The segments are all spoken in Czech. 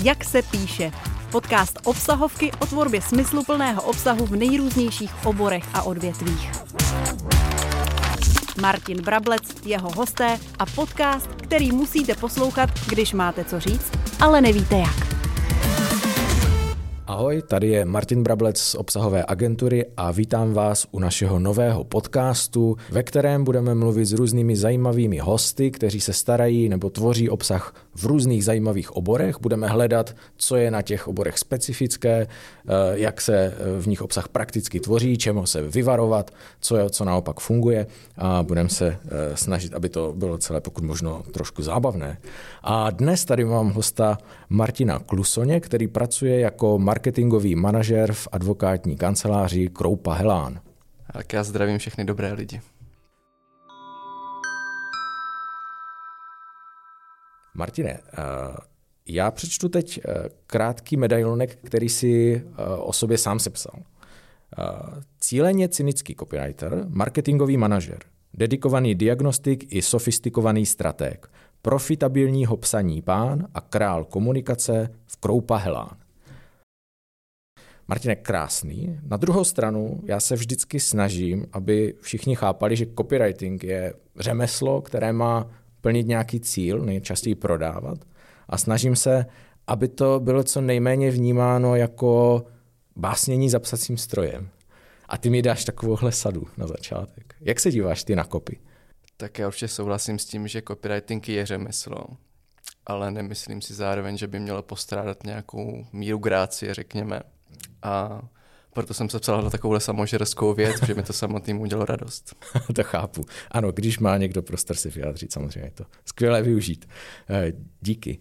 Jak se píše. Podcast obsahovky o tvorbě smysluplného obsahu v nejrůznějších oborech a odvětvích. Martin Brablec, jeho hosté a podcast, který musíte poslouchat, když máte co říct, ale nevíte jak. Ahoj, tady je Martin Brablec z obsahové agentury a vítám vás u našeho nového podcastu, ve kterém budeme mluvit s různými zajímavými hosty, kteří se starají nebo tvoří obsah v různých zajímavých oborech. Budeme hledat, co je na těch oborech specifické, jak se v nich obsah prakticky tvoří, čemu se vyvarovat, co naopak funguje a budeme se snažit, aby to bylo celé pokud možno trošku zábavné. A dnes tady mám hosta Martina Klusoně, který pracuje jako marketingový manažer v advokátní kanceláři Kroupa Helán. Tak já zdravím všechny dobré lidi. Martine, já přečtu teď krátký medailonek, který si o sobě sám sepsal. Cíleně cynický copywriter, marketingový manažer, dedikovaný diagnostik i sofistikovaný stratég, profitabilního psaní pán a král komunikace v Kroupa Helán. Martine, krásný. Na druhou stranu, já se vždycky snažím, aby všichni chápali, že copywriting je řemeslo, které má plnit nějaký cíl, nejčastěji prodávat. A snažím se, aby to bylo co nejméně vnímáno jako básnění za psacím strojem. A ty mi dáš takovouhle sadu na začátek. Jak se díváš ty na copy? Tak já určitě souhlasím s tím, že copywriting je řemeslo, ale nemyslím si zároveň, že by mělo postrádat nějakou míru grácie, řekněme. A proto jsem se psal takovouhle samožerskou věc, že mi to samotným udělalo radost. To chápu. Ano, když má někdo prostor si vyjádřit, samozřejmě je to skvělé využít. Díky.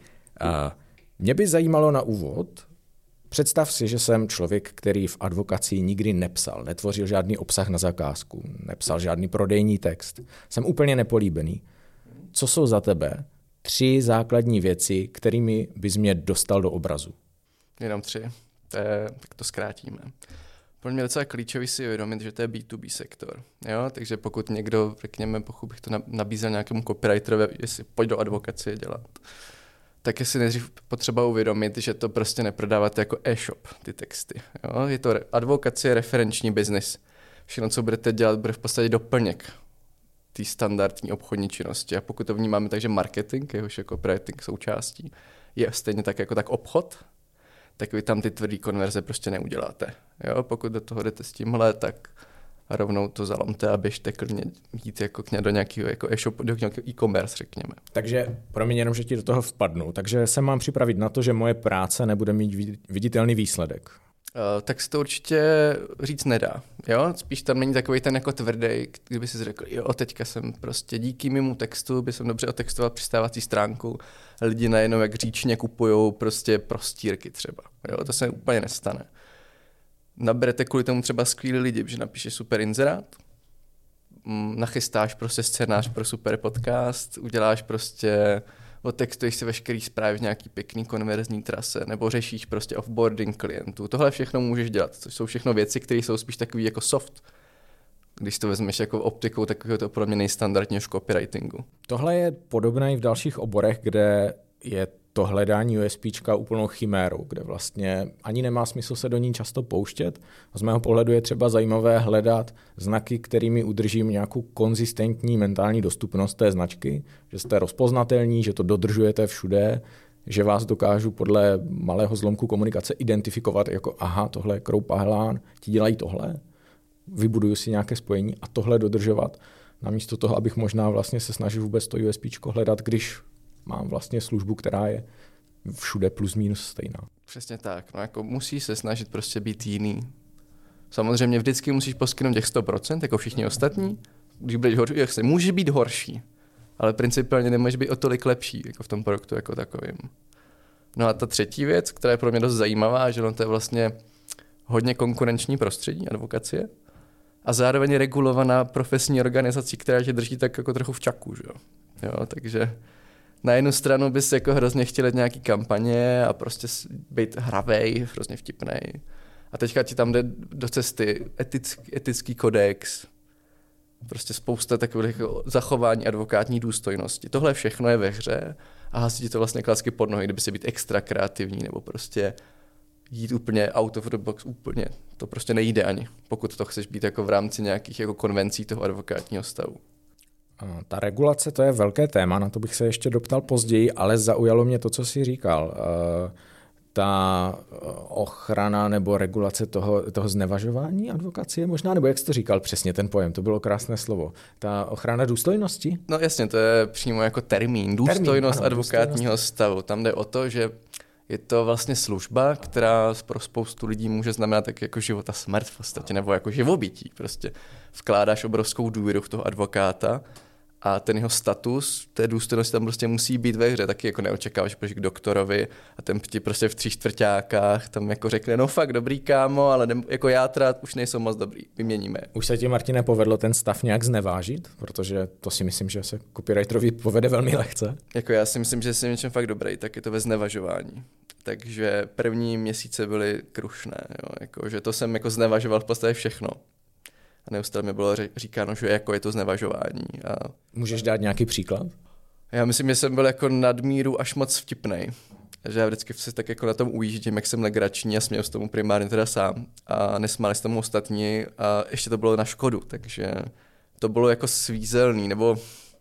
Mě by zajímalo na úvod, představ si, že jsem člověk, který v advokacii nikdy nepsal, netvořil žádný obsah na zakázku, nepsal žádný prodejní text. Jsem úplně nepolíbený. Co jsou za tebe 3 základní věci, kterými bys mě dostal do obrazu? Jenom 3. Tak to zkrátíme. Pro mě docela klíčový si uvědomit, že to je B2B sektor. Jo? Takže pokud někdo, řekněme, pokud bych to nabízel nějakému copywriterovi, jestli pojď do advokacie dělat, tak je si nejdřív potřeba uvědomit, že to prostě neprodáváte jako e-shop, ty texty. Jo? Je to advokacie, referenční biznis. Všechno, co budete dělat, bude v podstatě doplněk té standardní obchodní činnosti. A pokud to vnímáme tak, že marketing, jehož je copywriting součástí, je stejně tak jako tak obchod, tak vy tam ty tvrdý konverze prostě neuděláte. Jo? Pokud do toho jdete s tímhle, tak rovnou to zalomte a běžte klidně jít jako do nějakého jako e-shopu, do nějakého e-commerce, řekněme. Takže promiň jenom, že ti do toho vpadnu. Takže se mám připravit na to, že moje práce nebude mít viditelný výsledek. Tak se to určitě říct nedá. Jo? Spíš tam není takový ten jako tvrdý, kdyby si řekl, jo, teďka jsem prostě díky mému textu, by jsem dobře otextoval přistávací stránku, lidi najednou jak říčně kupujou prostě prostírky třeba. Jo? To se úplně nestane. Naberete kvůli tomu třeba skvělý lidi, že napíšeš super inzerát, nachystáš prostě scénář pro super podcast, uděláš prostě, otextuješ si veškerý zprávy v nějaký pěkný konverzní trase, nebo řešíš prostě offboarding klientů. Tohle všechno můžeš dělat, což jsou všechno věci, které jsou spíš takový jako soft. Když to vezmeš jako optikou, tak je to pro mě nejstandardnější v copywritingu. Tohle je podobné i v dalších oborech, kde je to hledání USPčka úplnou chimérou, kde vlastně ani nemá smysl se do ní často pouštět. A z mého pohledu je třeba zajímavé hledat znaky, kterými udržím nějakou konzistentní mentální dostupnost té značky, že jste rozpoznatelní, že to dodržujete všude, že vás dokážu podle malého zlomku komunikace identifikovat jako aha, tohle je Kroupa Helán, ti dělají tohle, vybuduju si nějaké spojení a tohle dodržovat, namísto toho, abych možná vlastně se snažil vůbec to USPčko hledat, když mám vlastně službu, která je všude plus minus stejná. Přesně tak. No jako musíš se snažit prostě být jiný. Samozřejmě vždycky musíš poskytnout těch 100%, jako všichni ostatní. Když budeš horší, může být horší, ale principiálně nemůžeš být o tolik lepší jako v tom produktu jako takovým. No a ta třetí věc, která je pro mě dost zajímavá, že to je vlastně hodně konkurenční prostředí advokacie a zároveň regulovaná profesní organizací, která tě drží tak jako trochu v čaku. Že? Jo, takže na jednu stranu bys jako hrozně chtěl nějaký kampaně a prostě být hravej, hrozně vtipnej. A teďka ti tam jde do cesty etický kodex, Prostě spousta takových jako zachování advokátní důstojnosti. Tohle všechno je ve hře a hází ti to vlastně klacky pod nohy, kdyby si být extra kreativní nebo prostě jít úplně out of the box úplně. To prostě nejde ani, pokud to chceš být jako v rámci nějakých jako konvencí toho advokátního stavu. Ta regulace, to je velké téma, na to bych se ještě doptal později, ale zaujalo mě to, co jsi říkal. Ta ochrana nebo regulace toho znevažování advokacie možná, nebo jak jsi to říkal přesně ten pojem, to bylo krásné slovo. Ta ochrana důstojnosti? No jasně, to je přímo jako termín. Důstojnost advokátního stavu. Tam jde o to, že je to vlastně služba, která pro spoustu lidí může znamenat tak jako život a smrt v podstatě, nebo jako živobytí. Prostě vkládáš obrovskou důvěru v toho advokáta a ten jeho status té důstojnosti tam prostě musí být ve hře. Taky jako neočekáváš, že půjdeš k doktorovi a ten ti prostě v 3/4 tam jako řekne, no fakt dobrý kámo, ale jako já teda už nejsou moc dobrý, vyměníme. Už se ti, Martine, povedlo ten stav nějak znevážit? Protože to si myslím, že se copywriterovi povede velmi lehce. Jako já si myslím, že jsem něčem fakt dobrý, tak je to ve znevažování. Takže první měsíce byly krušné, jo, jako, že to jsem jako znevažoval v podstatě všechno. A neustále mi bylo říkáno, že jako je to znevažování. A můžeš dát nějaký příklad? Já myslím, že jsem byl jako nadmíru až moc vtipnej. Že já vždycky si tak jako na tom ujíždím, jak jsem legrační a směl s tomu primárně teda sám. A nesmáli se tomu ostatní a ještě to bylo na škodu, takže to bylo jako svízelný, nebo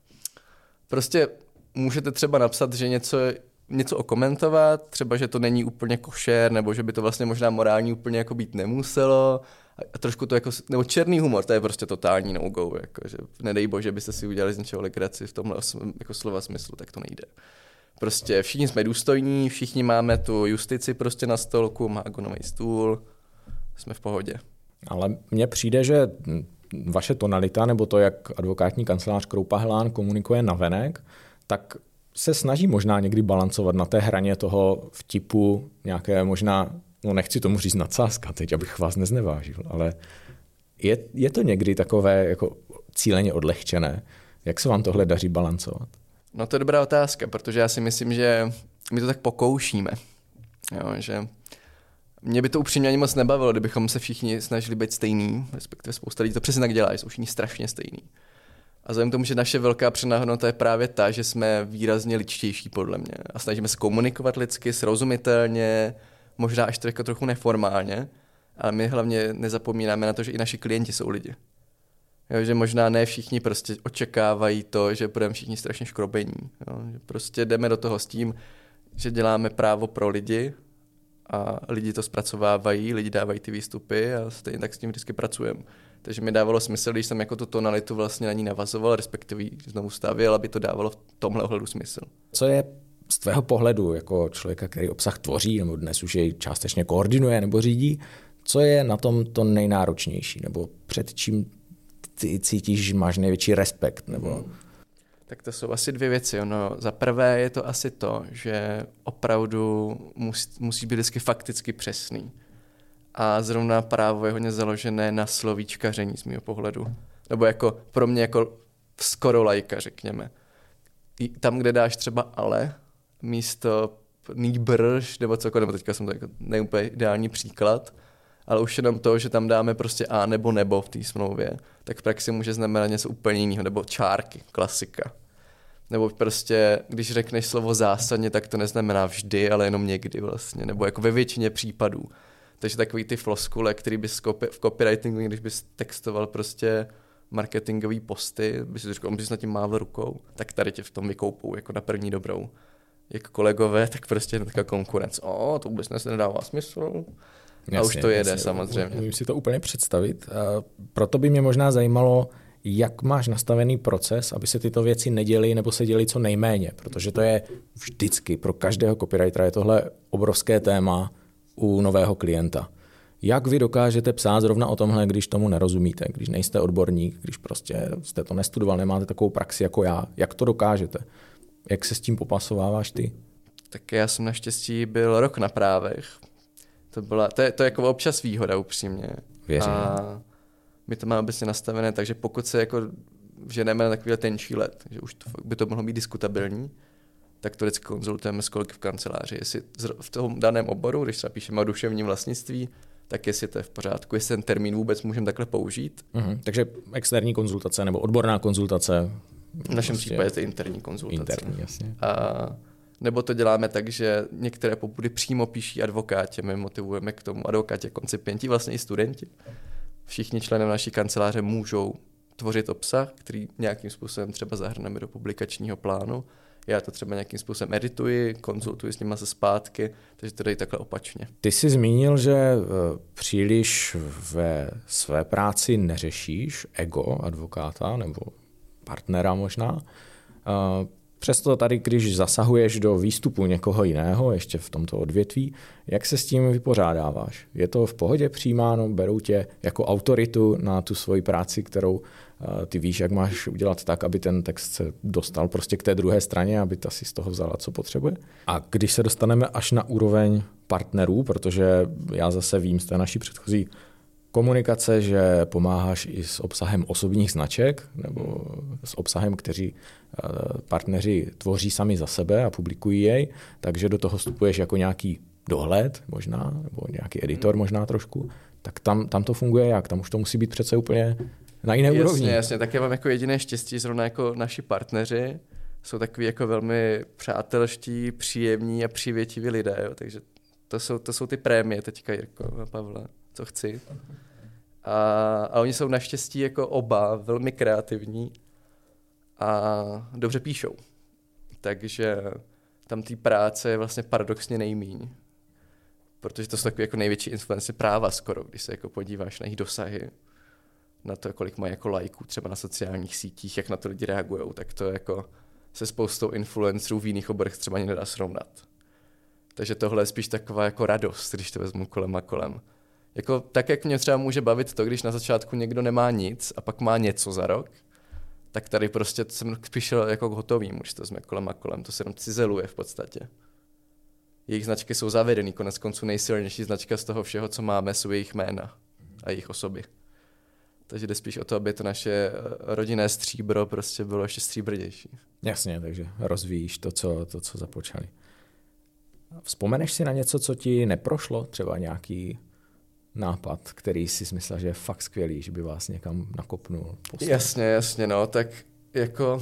prostě můžete třeba napsat, že něco okomentovat, třeba, že to není úplně košer, nebo že by to vlastně možná morální úplně jako být nemuselo. A trošku to jako, nebo černý humor, to je prostě totální no-go, jako, že nedej bože, byste si udělali z něčeho legraci v tomhle jako slova smyslu, tak to nejde. Prostě všichni jsme důstojní, všichni máme tu justici prostě na stolku, mahagonový stůl, jsme v pohodě. Ale mně přijde, že vaše tonalita, nebo to, jak advokátní kancelář Kroupa Helán komunikuje navenek, tak se snaží možná někdy balancovat na té hraně toho vtipu, nějaké možná, no nechci tomu říct nadsázka teď, abych vás neznevážil, ale je to někdy takové jako cíleně odlehčené. Jak se vám tohle daří balancovat? No to je dobrá otázka, protože já si myslím, že my to tak pokoušíme. Jo, že mě by to upřímně ani moc nebavilo, kdybychom se všichni snažili být stejný, respektive spousta lidí to přesně tak dělá, jsou všichni strašně stejný. A vzhledem k tomu, že naše velká přidaná hodnota je právě ta, že jsme výrazně lidštější podle mě a snažíme se komunikovat lidsky, srozumitelně, možná až trochu neformálně, ale my hlavně nezapomínáme na to, že i naši klienti jsou lidi. Jo, že možná ne všichni prostě očekávají to, že budeme všichni strašně škrobení. Jo, že prostě jdeme do toho s tím, že děláme právo pro lidi a lidi to zpracovávají, lidi dávají ty výstupy a stejně tak s tím vždycky pracujeme. Takže mi dávalo smysl, když jsem jako tu tonalitu vlastně na ní navazoval, respektive znovu stavěl, aby to dávalo v tomhle ohledu smysl. Co je z tvého pohledu jako člověka, který obsah tvoří, nebo dnes už jej částečně koordinuje nebo řídí, co je na tom to nejnáročnější, nebo před čím ty cítíš, že máš největší respekt? Nebo... Tak to jsou asi dvě věci. Ono, za prvé je to asi to, že opravdu musí být vždycky fakticky přesný. A zrovna právo je hodně založené na slovíčkaření z mého pohledu. Nebo jako pro mě jako skoro lajka, řekněme. I tam, kde dáš třeba ale, místo nýbrž, nebo cokoliv, nebo teďka jsem to jako neúplně ideální příklad, ale už jenom to, že tam dáme prostě a nebo v té smlouvě, tak v praxi může znamenat něco úplně jiného, nebo čárky, klasika. Nebo prostě, když řekneš slovo zásadně, tak to neznamená vždy, ale jenom někdy vlastně, nebo jako ve většině případů. Takže takový ty floskule, který bys v copywritingu, když bys textoval prostě marketingový posty, bys si řekl, bys nad tím mávl rukou, tak tady tě v tom vykoupou jako na první dobrou. Jako kolegové, tak prostě taková konkurence. To vůbec nedává smysl. Jasně, a už to jede samozřejmě. Můžu si to úplně představit. Proto by mě možná zajímalo, jak máš nastavený proces, aby se tyto věci neděly nebo se děly co nejméně, protože to je vždycky pro každého copywritera je tohle obrovské téma u nového klienta. Jak vy dokážete psát zrovna o tomhle, když tomu nerozumíte, když nejste odborník, když prostě jste to nestudoval, nemáte takovou praxi jako já. Jak to dokážete? Jak se s tím popasováváš ty? Tak já jsem naštěstí byl rok na právech. To je jako občas výhoda upřímně. Věřím. A my to máme obecně nastavené, takže pokud se jako ženeme na takovýhle tenčí let, že už by to mohlo být diskutabilní, tak to vždycky konzultujeme s kolegy v kanceláři. Jestli v tom daném oboru, když se píšeme o duševním vlastnictví, tak jestli to je v pořádku, jestli ten termín vůbec můžeme takhle použít. Takže externí konzultace nebo odborná konzultace. V našem případě to je interní konzultace. Interní, jasně. A nebo to děláme tak, že některé popudy přímo píší advokáti, my motivujeme k tomu advokáti, koncipienti, vlastně i studenti. Všichni členové naší kanceláře můžou tvořit obsah, který nějakým způsobem třeba zahrneme do publikačního plánu. Já to třeba nějakým způsobem edituji, konzultuji s nima se zpátky, takže to dají takhle opačně. Ty jsi zmínil, že příliš ve své práci neřešíš ego advokáta nebo partnera možná. Přesto tady, když zasahuješ do výstupu někoho jiného, ještě v tomto odvětví, jak se s tím vypořádáváš? Je to v pohodě přijímáno? Berou tě jako autoritu na tu svoji práci, kterou ty víš, jak máš udělat tak, aby ten text se dostal prostě k té druhé straně, aby ta si z toho vzala, co potřebuje? A když se dostaneme až na úroveň partnerů, protože já zase vím z té naší předchozí komunikace, že pomáháš i s obsahem osobních značek nebo s obsahem, kteří partneři tvoří sami za sebe a publikují jej, takže do toho vstupuješ jako nějaký dohled možná, nebo nějaký editor možná trošku, tak tam to funguje jak? Tam už to musí být přece úplně na jiné úrovni. Jasně, tak já mám jako jediné štěstí, zrovna jako naši partneři jsou takový jako velmi přátelští, příjemní a přívětiví lidé, jo? Takže to jsou ty prémie teďka, Jirko a Pavle, co chci. A oni jsou naštěstí jako oba velmi kreativní a dobře píšou. Takže tam té práce je vlastně paradoxně nejmíň. Protože to jsou takové jako největší influenci práva skoro, když se jako podíváš na jejich dosahy, na to, kolik mají jako lajků třeba na sociálních sítích, jak na to lidi reagujou, tak to jako se spoustou influencerů v jiných oborech třeba ani nedá srovnat. Takže tohle je spíš taková jako radost, když to vezmu kolem a kolem. Jako, tak, jak mě třeba může bavit to, když na začátku někdo nemá nic a pak má něco za rok, tak tady prostě jsem přišel jako hotový, když to vezme kolem a kolem, to se jenom cizeluje v podstatě. Jejich značky jsou zavedený, konec konců nejsilnější značka z toho všeho, co máme, jsou jejich jména a jejich osoby. Takže jde spíš o to, aby to naše rodinné stříbro prostě bylo ještě stříbrnější. Jasně, takže rozvíjíš to, co započali. Vzpomeneš si na něco, co ti neprošlo? Třeba nějaký nápad, který si myslel, že je fakt skvělý, že by vás někam nakopnul? Jasně, no, tak jako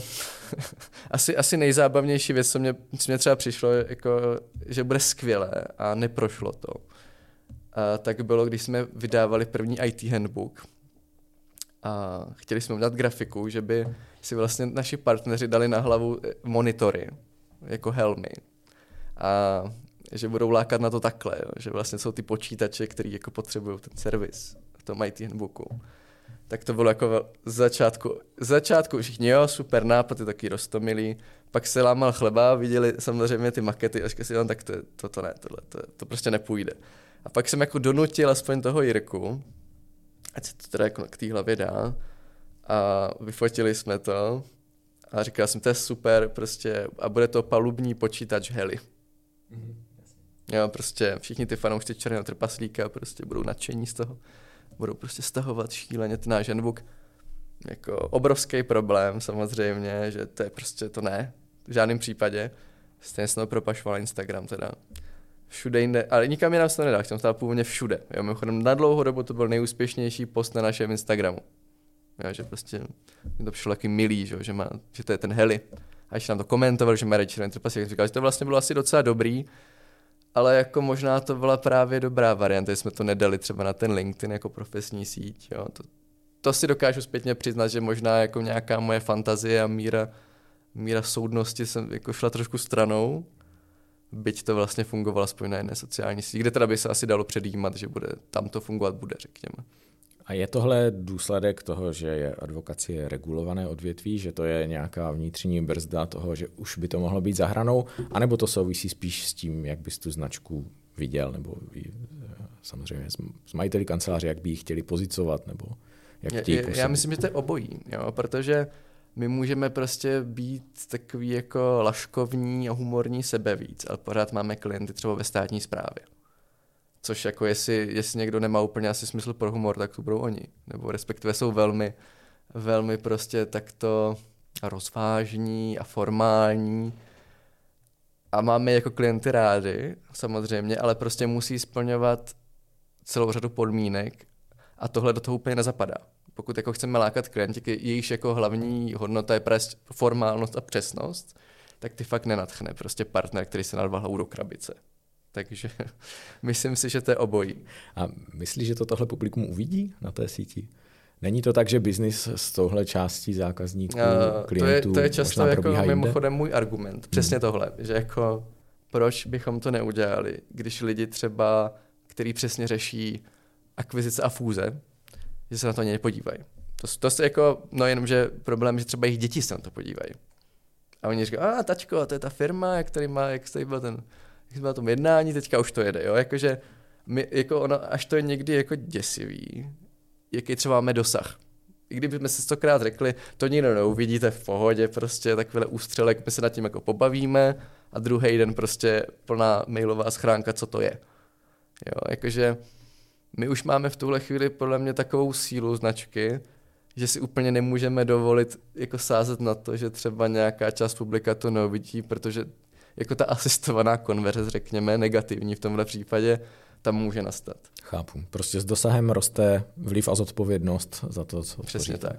asi nejzábavnější věc, co mě třeba přišlo, jako, že bude skvělé a neprošlo to. Tak bylo, když jsme vydávali první IT handbook a chtěli jsme udělat grafiku, že by si vlastně naši partneři dali na hlavu monitory, jako helmy. A že budou lákat na to takhle, jo? Že vlastně jsou ty počítače, který jako potřebují ten servis v tom IT handbooku. Tak to bylo jako začátku všichni, jo, super nápad, je taky roztomilý. Pak se lámal chleba, viděli samozřejmě ty makety a říkali si, no, tak to ne, to prostě nepůjde. A pak jsem jako donutil aspoň toho Jirku, ať se to teda jako k té hlavě dá, a vyfotili jsme to a říkal jsem, to je super, prostě, a bude to palubní počítač heli. Jo, prostě všichni ty fanoušci Černého trpaslíka prostě budou nadšení z toho, budou prostě stahovat šíleně ten náš handbook. Jako obrovský problém samozřejmě, že to je prostě to ne, v žádném případě. Stejně jsem to propašoval Instagram teda. Všude jinde, ale nikam jinam se to nedá, jsem stál původně všude. Jo, mimochodem na dlouhou dobu to byl nejúspěšnější post na našem Instagramu. Jo, že prostě mi to přišlo taky milý, že to je ten heli. A když nám to komentoval, že má Červený trpaslík, říkal, že to vlastně bylo asi docela dobrý, ale jako možná to byla právě dobrá varianta, že jsme to nedali třeba na ten LinkedIn jako profesní síť. Jo. To si dokážu zpětně přiznat, že možná jako nějaká moje fantazie a míra soudnosti jsem jako šla trošku stranou, byť to vlastně fungovalo aspoň na jedné sociální síti, kde teda by se asi dalo předjímat, že tam to fungovat bude, řekněme. A je tohle důsledek toho, že je advokacie regulované odvětví, že to je nějaká vnitřní brzda toho, že už by to mohlo být za hranou, anebo to souvisí spíš s tím, jak bys tu značku viděl, nebo samozřejmě s majiteli kanceláře, jak by ji chtěli pozicovat, nebo jak chtějí působit? Já myslím, že to je obojí, jo, protože my můžeme prostě být takový jako laškovní a humorní sebevíc, ale pořád máme klienty třeba ve státní správě. Což jako jestli někdo nemá úplně asi smysl pro humor, tak to budou oni. Nebo respektive jsou velmi, velmi prostě takto rozvážní a formální. A máme jako klienty rádi, samozřejmě, ale prostě musí splňovat celou řadu podmínek a tohle do toho úplně nezapadá. Pokud jako chceme lákat klienty, jejichž jako hlavní hodnota je formálnost a přesnost, tak ty fakt nenadchne prostě partner, který se nadval hlavu do krabice. Takže myslím si, že to je obojí. A myslíš, že to tohle publikum uvidí na té síti? Není to tak, že biznis s touhle částí zákazníků, klientů to je často jako mimochodem jinde? můj argument. Přesně tohle, že jako proč bychom to neudělali, když lidi třeba, který přesně řeší akvizice a fúze, že se na to ani nepodívají. To je jako, no jenomže problém, že třeba jejich děti se na to podívají. A oni říkají, tačko, to je ta firma, jak tady byl na tom jednání, teďka už to jede, jo, jakože jako ono, až to je někdy jako děsivý, jaký třeba máme dosah. I kdybychom si 100krát řekli, to nikdo neuvidíte v pohodě, prostě takovýhle ústřelek, my se nad tím jako pobavíme a druhý den prostě plná mailová schránka, co to je. Jo, jakože my už máme v tuhle chvíli podle mě takovou sílu značky, že si úplně nemůžeme dovolit jako sázet na to, že třeba nějaká část publika to neuvidí, protože jako ta asistovaná konverze, řekněme, negativní v tomhle případě, tam může nastat. Chápu. Prostě s dosahem roste vliv a zodpovědnost za to, co přesně tak.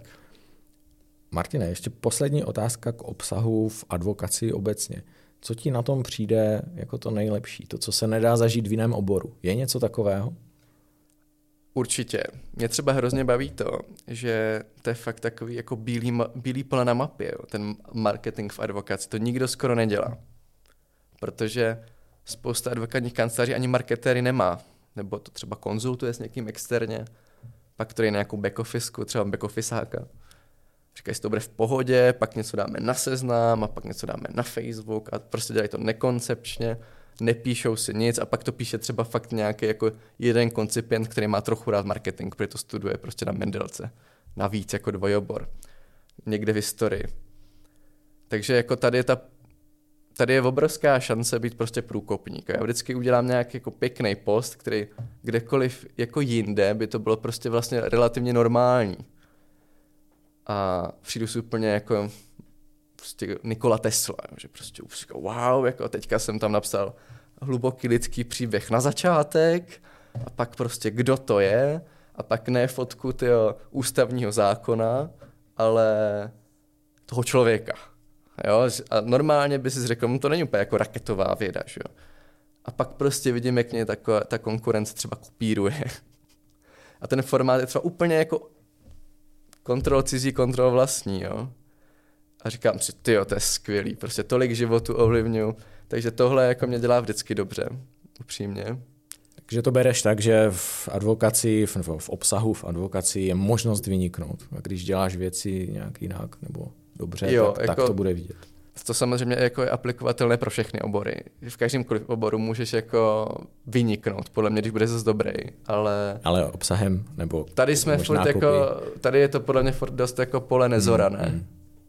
Martine, ještě poslední otázka k obsahu v advokacii obecně. Co ti na tom přijde jako to nejlepší? To, co se nedá zažít v jiném oboru. Je něco takového? Určitě. Mě třeba hrozně baví to, že to je fakt takový jako bílý pole na mapě, jo. Ten marketing v advokaci. To nikdo skoro nedělá. Protože spousta advokátních kanceláří ani marketéry nemá. Nebo to třeba konzultuje s někým externě, pak to je nějakou back-officeku, třeba back-officeáka. Říkají, že to bude v pohodě, pak něco dáme na Seznam a pak něco dáme na Facebook a prostě dělají to nekoncepčně, nepíšou si nic a pak to píše třeba fakt nějaký jako jeden koncipient, který má trochu rád marketing, protože to studuje prostě na Mendelce. Navíc jako dvojobor. Někde v historii. Takže jako tady je obrovská šance být prostě průkopník. Já vždycky udělám nějaký jako pěkný post, který kdekoliv jako jinde by to bylo prostě vlastně relativně normální. A přijdu si úplně jako prostě Nikola Tesla, že prostě wow, jako teďka jsem tam napsal hluboký lidský příběh na začátek a pak prostě kdo to je a pak ne fotku tyho ústavního zákona, ale toho člověka. Jo? A normálně by si řekl, to není úplně jako raketová věda, že jo. A pak prostě vidím, jak mě ta konkurence třeba kopíruje. A ten formát je třeba úplně jako kontrol cizí, kontrol vlastní, jo. A říkám si, tyjo, to je skvělý, prostě tolik životu ovlivňuji. Takže tohle jako mě dělá vždycky dobře, upřímně. Takže to bereš tak, že v advokaci, v obsahu v advokaci je možnost vyniknout. A když děláš věci nějak jinak nebo dobře, jo, tak to bude vidět. To samozřejmě jako je aplikovatelné pro všechny obory. V každémkoliv oboru můžeš jako vyniknout, podle mě, když budeš zase dobrý, ale obsahem nebo tady jsme furt jako, tady je to podle mě furt dost jako pole nezorané.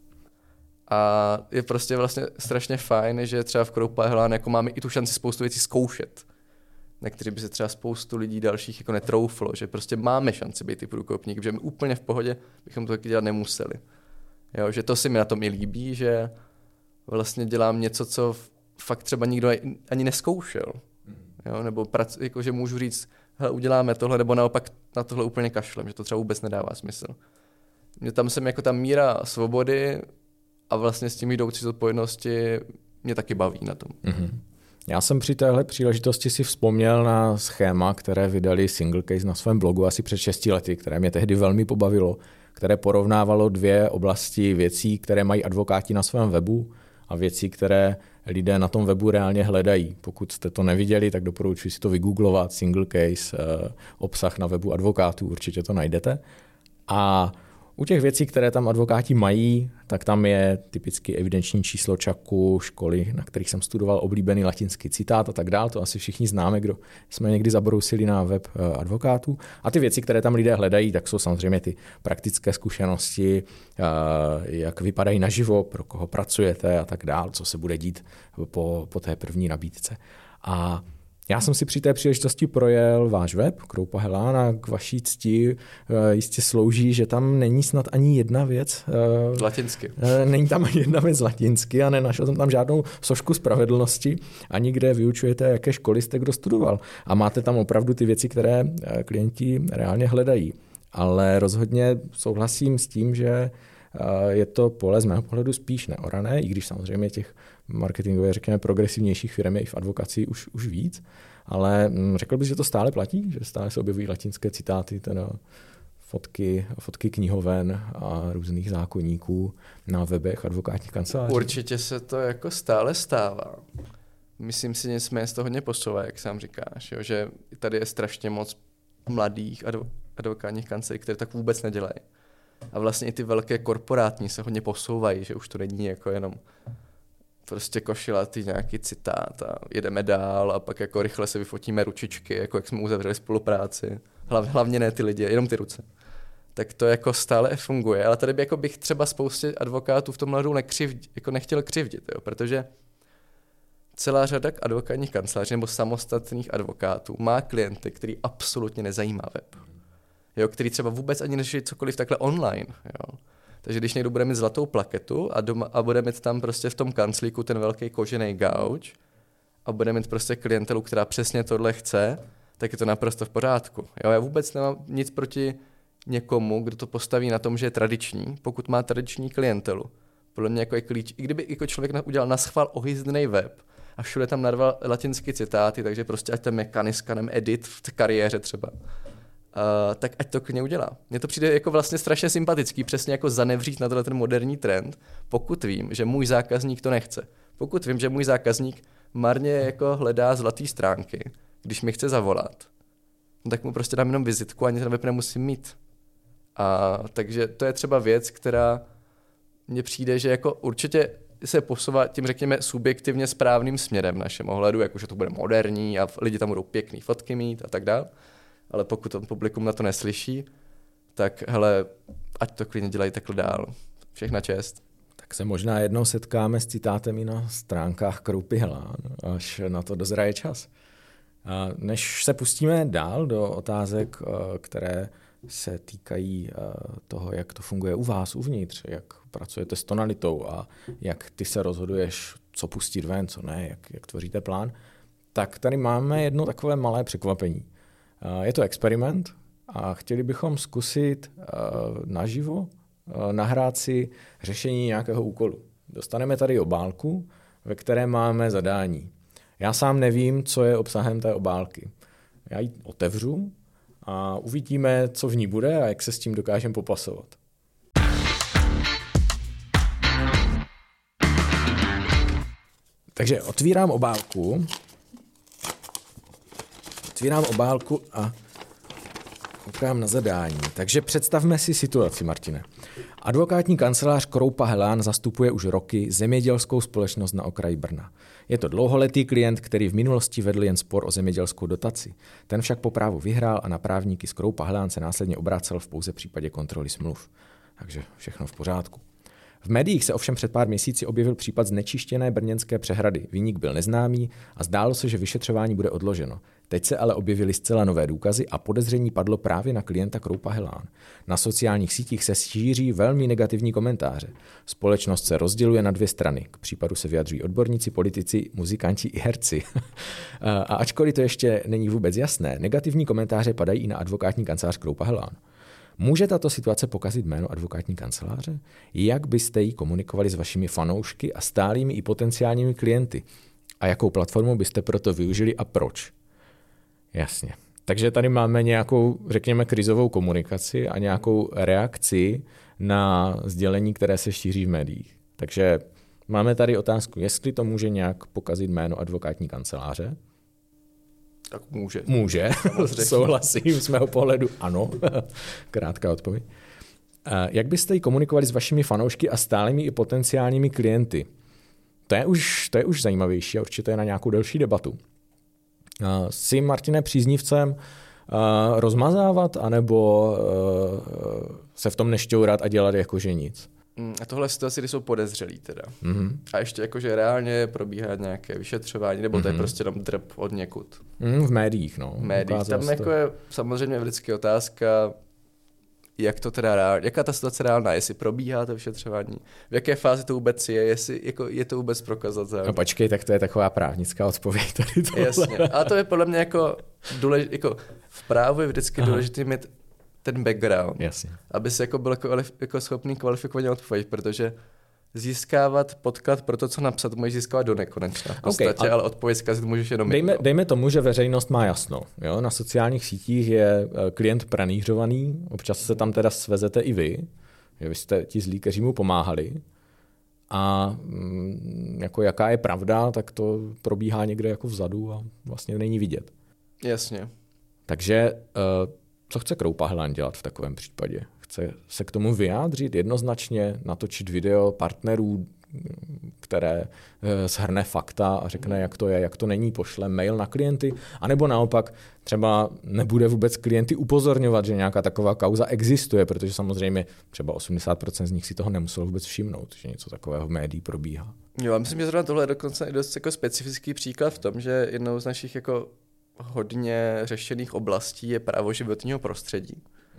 A je prostě vlastně strašně fajn, že třeba v Kroupa Helán jako máme i tu šanci spoustu věcí zkoušet, na který by se třeba spoustu lidí dalších jako netrouflo, že prostě máme šanci být i průkopník, že my úplně v pohodě bychom to taky dělat nemuseli. Jo, že to si mi na tom i líbí, že vlastně dělám něco, co fakt třeba nikdo ani neskoušel. Jo, nebo jako, že můžu říct, hele, uděláme tohle, nebo naopak na tohle úplně kašlem, že to třeba vůbec nedává smysl. Tam jsem jako ta míra svobody a vlastně s tím jdoucí zodpovědnosti mě taky baví na tom. Mm-hmm. Já jsem při téhle příležitosti si vzpomněl na schéma, které vydali Single Case na svém blogu asi před 6 lety, které mě tehdy velmi pobavilo, které porovnávalo 2 oblasti věcí, které mají advokáti na svém webu a věci, které lidé na tom webu reálně hledají. Pokud jste to neviděli, tak doporučuji si to vygooglovat, Single Case, obsah na webu advokátů, určitě to najdete. A u těch věcí, které tam advokáti mají, tak tam je typicky evidenční číslo ČAKu, školy, na kterých jsem studoval, oblíbený latinský citát a tak dál. To asi všichni známe, kdo jsme někdy zabrousili na web advokátů. A ty věci, které tam lidé hledají, tak jsou samozřejmě ty praktické zkušenosti, jak vypadají naživo, pro koho pracujete a tak dál, co se bude dít po té první nabídce. A Já jsem si při té příležitosti projel váš web, Kroupa Helán, a k vaší cti jistě slouží, že tam není snad ani jedna věc. Latinsky. Není tam ani jedna věc latinsky a nenašel jsem tam žádnou sošku spravedlnosti, ani kde vyučujete, jaké školy jste kdo studoval. A máte tam opravdu ty věci, které klienti reálně hledají. Ale rozhodně souhlasím s tím, že je to pole z mého pohledu spíš neorané, i když samozřejmě těch marketingově, řekněme, progresivnějších firm je i v advokacii už víc, ale řekl bych, že to stále platí, že stále se objevují latinské citáty, teda fotky knihoven a různých zákoníků na webech advokátních kanceláří. Určitě se to jako stále stává. Myslím si, nicméně z toho hodně posouvá, jak sám říkáš, jo, že tady je strašně moc mladých advokátních kanceláří, které tak vůbec nedělají. A vlastně i ty velké korporátní se hodně posouvají, že už to není jako jenom prostě košilatý nějaký citát a jedeme dál a pak jako rychle se vyfotíme ručičky, jako jak jsme uzavřeli spolupráci. Hlavně ne ty lidi, jenom ty ruce. Tak to jako stále funguje, ale tady by jako bych třeba spoustě advokátů v tomhle jako nechtěl křivdit, jo, protože celá řada advokátních kanceláří nebo samostatných advokátů má klienty, který absolutně nezajímá web. Jo, který třeba vůbec ani neřeší cokoliv takhle online. Jo. Takže když někdo bude mít zlatou plaketu a bude mít tam prostě v tom kanclíku ten velký kožený gauč a bude mít prostě klientelu, která přesně tohle chce, tak je to naprosto v pořádku. Jo, já vůbec nemám nic proti někomu, kdo to postaví na tom, že je tradiční, pokud má tradiční klientelu. Podle mě jako je klíč, i kdyby jako člověk udělal naschvál ohyzný web a všude tam narval latinské citáty, takže prostě ať tam je kaniskanem edit v kariéře třeba. Tak ať to klidně udělá. Mně to přijde jako vlastně strašně sympatický, přesně jako zanevřít na ten moderní trend, pokud vím, že můj zákazník to nechce. Pokud vím, že můj zákazník marně jako hledá zlatý stránky, když mi chce zavolat, no tak mu prostě dám jenom vizitku, ani ten web nemusím mít. Takže to je třeba věc, která mně přijde, že jako určitě se posouvá tím, řekněme, subjektivně správným směrem v našem ohledu, jakože to bude moderní a lidi tam budou pěkný fotky mít a tak dále. Ale pokud to publikum na to neslyší, tak hele, ať to klidně dělají takhle dál. Všechna čest. Tak se možná jednou setkáme s citátem i na stránkách Kroupy Helán, až na to dozraje čas. A než se pustíme dál do otázek, které se týkají toho, jak to funguje u vás uvnitř, jak pracujete s tonalitou a jak ty se rozhoduješ, co pustit ven, co ne, jak tvoříte plán, tak tady máme jedno takové malé překvapení. Je to experiment a chtěli bychom zkusit naživo nahrát si řešení nějakého úkolu. Dostaneme tady obálku, ve které máme zadání. Já sám nevím, co je obsahem té obálky. Já ji otevřu a uvidíme, co v ní bude a jak se s tím dokážeme popasovat. Takže otvírám obálku a koukám na zadání. Takže představme si situaci, Martine. Advokátní kancelář Kroupa Helán zastupuje už roky zemědělskou společnost na okraji Brna. Je to dlouholetý klient, který v minulosti vedl jen spor o zemědělskou dotaci. Ten však po právu vyhrál a na právníky z Kroupa Helán se následně obracel v pouze případě kontroly smluv. Takže všechno v pořádku. V médiích se ovšem před pár měsíci objevil případ znečištěné brněnské přehrady. Viník byl neznámý a zdálo se, že vyšetřování bude odloženo. Teď se ale objevily zcela nové důkazy a podezření padlo právě na klienta Kroupa Helán. Na sociálních sítích se šíří velmi negativní komentáře. Společnost se rozděluje na dvě strany. K případu se vyjadřují odborníci, politici, muzikanti i herci. A ačkoliv to ještě není vůbec jasné, negativní komentáře padají i na advokátní kancelář Kroupa Helán. Může tato situace pokazit jméno advokátní kanceláře? Jak byste ji komunikovali s vašimi fanoušky a stálými i potenciálními klienty? A jakou platformu byste proto využili a proč? Jasně. Takže tady máme nějakou, řekněme, krizovou komunikaci a nějakou reakci na sdělení, které se šíří v médiích. Takže máme tady otázku, jestli to může nějak pokazit jméno advokátní kanceláře? Tak může. Může, souhlasím, z mého pohledu ano. Krátká odpověď. Jak byste ji komunikovali s vašimi fanoušky a stálými i potenciálními klienty? To je už zajímavější a určitě je na nějakou delší debatu. Jsi, Martine, příznivcem rozmazávat, anebo se v tom nešťourat a dělat jako že nic? A tohle situace, kdy jsou podezřelí teda. A ještě jakože reálně probíhá nějaké vyšetřování, nebo to je prostě jenom drb od někud. V médiích, no. V médiích. Tam jako je samozřejmě vždycky otázka, jak to teda jaká ta situace reálná, jestli probíhá to vyšetřování, v jaké fázi to vůbec je, jestli jako je to vůbec prokazatelné. No počkej, tak to je taková právnická odpověď tady tohle. Jasně, a to je podle mě jako důležité, jako v právu je vždycky důležité mít ten background, jasně. Aby se jako byl jako schopný kvalifikovaně odpovědět, protože získávat podklad pro to, co napsat, můžeš získávat do nekonečna. V podstatě, ale odpověď zkazit můžeš jenom dejme tomu, že veřejnost má jasno. Jo? Na sociálních sítích je klient pranířovaný, občas se tam teda svezete i vy, že vy jste ti zlí, kteří mu pomáhali. A jako jaká je pravda, tak to probíhá někde jako vzadu a vlastně není vidět. Jasně. Takže co chce Kroupa Hlan dělat v takovém případě? Chce se k tomu vyjádřit jednoznačně, natočit video partnerů, které shrne fakta a řekne, jak to je, jak to není, pošle mail na klienty, anebo naopak třeba nebude vůbec klienty upozorňovat, že nějaká taková kauza existuje, protože samozřejmě třeba 80% z nich si toho nemuselo vůbec všimnout, že něco takového v médií probíhá. Jo, a myslím, že zrovna tohle je dokonce dost jako specifický příklad v tom, že jednou z našich jako hodně řešených oblastí je právo životního prostředí.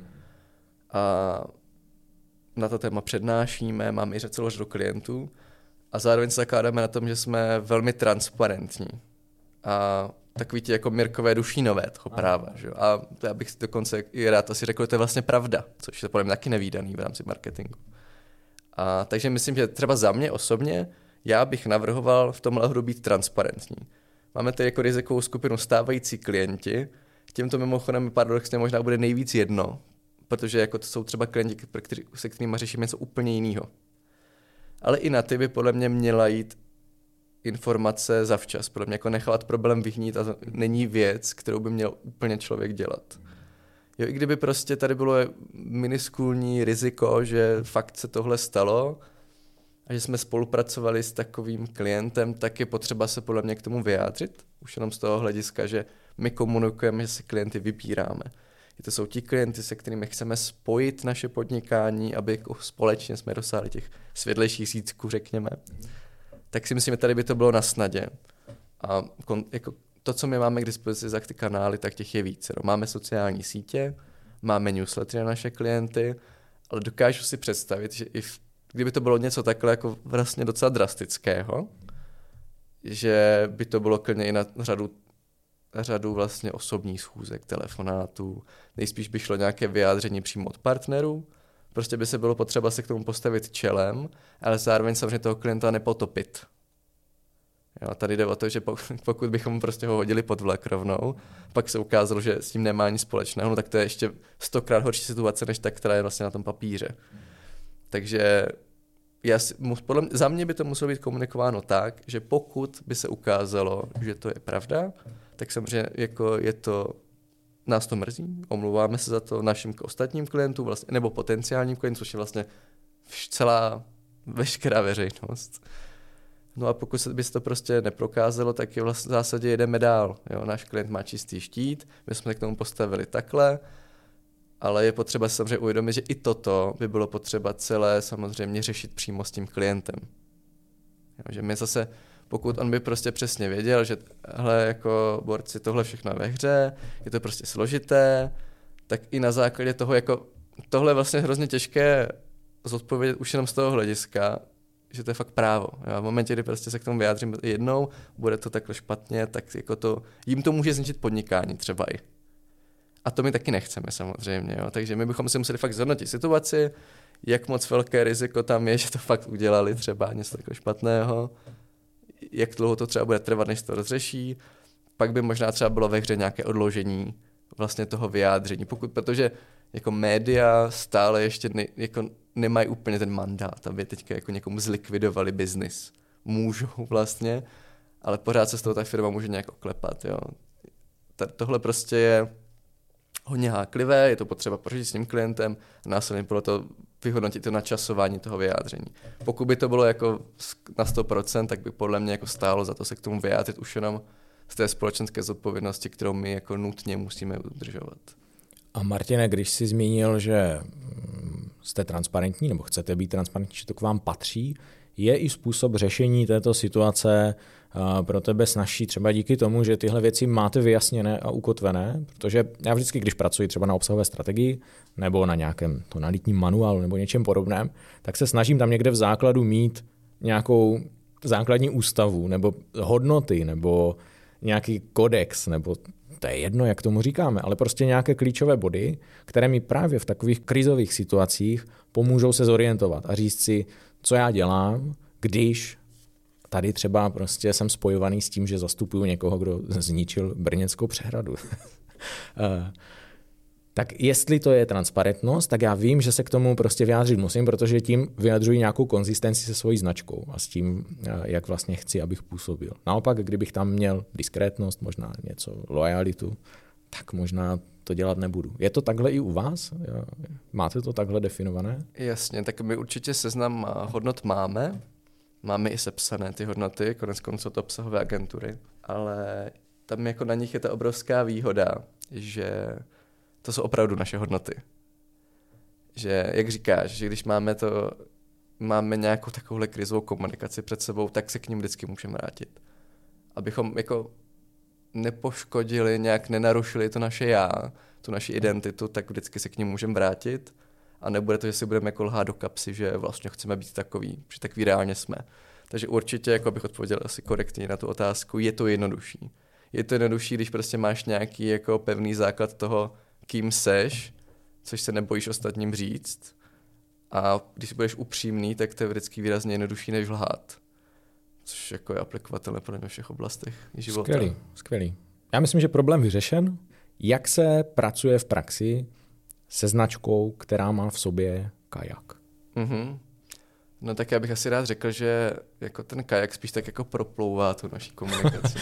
A na to téma přednášíme, máme i celou řadu klientů a zároveň se zakládáme na tom, že jsme velmi transparentní. A takový ti jako Mirkové Dušínové toho práva. Že? A já bych si dokonce i rád asi řekl, že to je vlastně pravda, což je podle mě taky nevídaný v rámci marketingu. A takže myslím, že třeba za mě osobně, já bych navrhoval v tomhle ohledu být transparentní. Máme tady jako rizikovou skupinu stávající klienti, tímto mimochodem paradoxně možná bude nejvíc jedno, protože jako to jsou třeba klienti, se kterými řešíme něco úplně jiného. Ale i na ty by podle mě měla jít informace zavčas. Podle mě jako nechávat problém vyhnít a není věc, kterou by měl úplně člověk dělat. Jo, i kdyby prostě tady bylo miniskulní riziko, že fakt se tohle stalo a že jsme spolupracovali s takovým klientem, tak je potřeba se podle mě k tomu vyjádřit. Už jenom z toho hlediska, že my komunikujeme, že se klienty vybíráme. To jsou ti klienty, se kterými chceme spojit naše podnikání, aby jako společně jsme dosáhli těch světlejších zítřků, řekněme. Tak si myslím, že tady by to bylo na snadě. A jako to, co my máme k dispozici za ty kanály, tak těch je více. Máme sociální sítě, máme newslettery na naše klienty, ale dokážu si představit, že i kdyby to bylo něco takhle jako vlastně docela drastického, že by to bylo klidně i na řadu vlastně osobních schůzek, telefonátů, nejspíš by šlo nějaké vyjádření přímo od partnerů, prostě by se bylo potřeba se k tomu postavit čelem, ale zároveň samozřejmě toho klienta nepotopit. Jo, tady jde o to, že pokud bychom prostě ho hodili pod vlak rovnou, pak se ukázalo, že s tím nemá nic společného, no tak to je ještě 100krát horší situace, než ta, která je vlastně na tom papíře. Takže za mě by to muselo být komunikováno tak, že pokud by se ukázalo, že to je pravda, tak samozřejmě jako nás to mrzí, omlouváme se za to našim ostatním klientům, vlastně, nebo potenciálním klientům, což je vlastně veškerá veřejnost. No a pokud by se to prostě neprokázalo, tak je vlastně v zásadě jedeme dál. Jo? Náš klient má čistý štít, my jsme se k tomu postavili takhle, ale je potřeba si samozřejmě uvědomit, že i toto by bylo potřeba celé samozřejmě řešit přímo s tím klientem. Jo? Že my zase, pokud on by prostě přesně věděl, že hele, jako borci, tohle všechno je ve hře, je to prostě složité, tak i na základě toho, jako tohle je vlastně hrozně těžké zodpovědět už jenom z toho hlediska, že to je fakt právo. Jo? V momentě, kdy prostě se k tomu vyjádřím jednou, bude to takhle špatně, tak jako jim to může zničit podnikání třeba i. A to my taky nechceme samozřejmě. Jo? Takže my bychom si museli fakt zhodnotit situaci, jak moc velké riziko tam je, že to fakt udělali třeba něco takového špatného, jak dlouho to třeba bude trvat, než to rozřeší. Pak by možná třeba bylo ve hře nějaké odložení vlastně toho vyjádření. Protože jako média stále ještě nemají úplně ten mandát, aby teďka jako někomu zlikvidovali biznis. Můžou vlastně, ale pořád se z toho ta firma může nějak oklepat. Jo. Tohle prostě je hodně háklivé, je to potřeba pořešit s tím klientem a následně podle toho vyhodnotit to načasování toho vyjádření. Pokud by to bylo jako na 100%, tak by podle mě jako stálo za to se k tomu vyjádřit už jenom z té společenské zodpovědnosti, kterou my jako nutně musíme udržovat. A Martine, když jsi zmínil, že jste transparentní nebo chcete být transparentní, že to k vám patří, je i způsob řešení této situace pro tebe snazší třeba díky tomu, že tyhle věci máte vyjasněné a ukotvené, protože já vždycky, když pracuji třeba na obsahové strategii nebo na nějakém tonalitním manuálu nebo něčem podobném, tak se snažím tam někde v základu mít nějakou základní ústavu nebo hodnoty nebo nějaký kodex, nebo to je jedno, jak tomu říkáme, ale prostě nějaké klíčové body, které mi právě v takových krizových situacích pomůžou se zorientovat a říct si, co já dělám, když tady třeba prostě jsem spojovaný s tím, že zastupuju někoho, kdo zničil Brněnskou přehradu. Tak jestli to je transparentnost, tak já vím, že se k tomu prostě vyjádřit musím, protože tím vyjadřuji nějakou konzistenci se svojí značkou a s tím, jak vlastně chci, abych působil. Naopak, kdybych tam měl diskrétnost, možná něco, loajalitu, tak možná to dělat nebudu. Je to takhle i u vás? Máte to takhle definované? Jasně, tak my určitě seznam hodnot máme. Máme i sepsané ty hodnoty, konec konců to obsahové agentury, ale tam jako na nich je ta obrovská výhoda, že to jsou opravdu naše hodnoty. Že, jak říkáš, že když máme nějakou takovouhle krizovou komunikaci před sebou, tak se k ním vždycky můžeme vrátit. Abychom jako nepoškodili, nějak nenarušili to naše já, tu naši identitu, tak vždycky se k ním můžeme vrátit a nebude to, že si budeme jako lhát do kapsy, že vlastně chceme být takový, že takový reálně jsme. Takže určitě, jako bych odpověděl asi korektně na tu otázku, je to jednodušší. Je to jednodušší, když prostě máš nějaký jako pevný základ toho, kým seš, což se nebojíš ostatním říct. A když budeš upřímný, tak to je vždycky výrazně jednodušší, než lhát. Což jako je aplikovatelné podle mě ve všech oblastech života. Skvělý. Já myslím, že problém vyřešen. Jak se pracuje v praxi se značkou, která má v sobě kajak? No tak já bych asi rád řekl, že jako ten kajak spíš tak jako proplouvá tu naší komunikaci.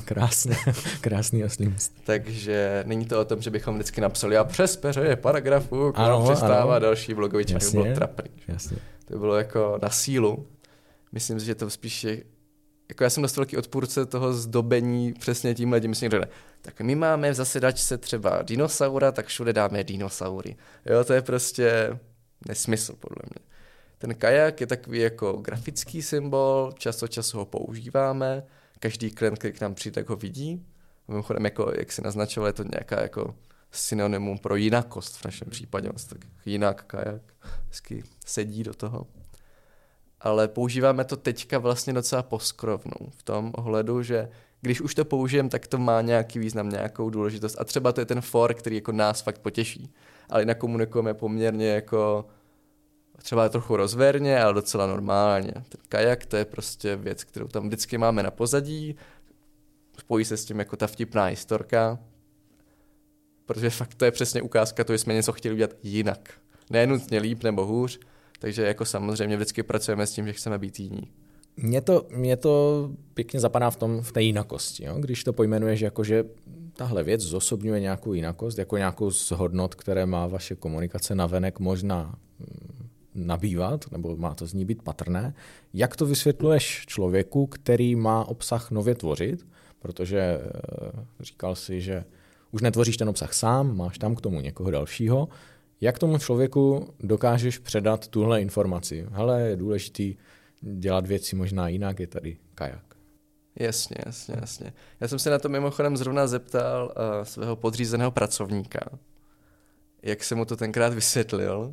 Krásný oslímst. Takže není to o tom, že bychom vždycky napsali a přes peřeje paragrafu, která přestává další blogový článek, by bylo trapný. Jasně. To by bylo jako na sílu. Myslím si, že to spíš je, jako já jsem dost velký odpůrce toho zdobení přesně tímhle, tím si řekne, tak my máme v zasedačce třeba dinosaura, tak všude dáme dinosaury. Jo, to je prostě nesmysl podle mě. Ten kajak je takový jako grafický symbol, čas od času ho používáme, každý klient, který k nám přijde, tak ho vidí. Mimochodem, jako, jak si naznačoval, je to nějaká jako synonymum pro jinakost v našem případě. Tak jinak kajak hezky sedí do toho. Ale používáme to teďka vlastně docela poskrovnou v tom ohledu, že když už to použijeme, tak to má nějaký význam, nějakou důležitost. A třeba to je ten for, který jako nás fakt potěší. Ale jinak komunikujeme poměrně jako třeba trochu rozverně, ale docela normálně. Ten kajak, to je prostě věc, kterou tam vždycky máme na pozadí. Spojí se s tím jako ta vtipná historka. Protože fakt to je přesně ukázka toho, že jsme něco chtěli udělat jinak. Ne nutně líp nebo hůř, takže jako samozřejmě vždycky pracujeme s tím, že chceme být jiní. Mně to pěkně zapadá v té jinakosti. Jo? Když to pojmenuješ jako, že tahle věc zosobňuje nějakou jinakost, jako nějakou z hodnot, které má vaše komunikace navenek možná nabývat, nebo má to z ní být patrné. Jak to vysvětluješ člověku, který má obsah nově tvořit, protože říkal si, že už netvoříš ten obsah sám, máš tam k tomu někoho dalšího. Jak tomu člověku dokážeš předat tuhle informaci? Hele, je důležitý dělat věci možná jinak, je tady kajak. Jasně. Já jsem se na to mimochodem zrovna zeptal svého podřízeného pracovníka, jak jsem mu to tenkrát vysvětlil.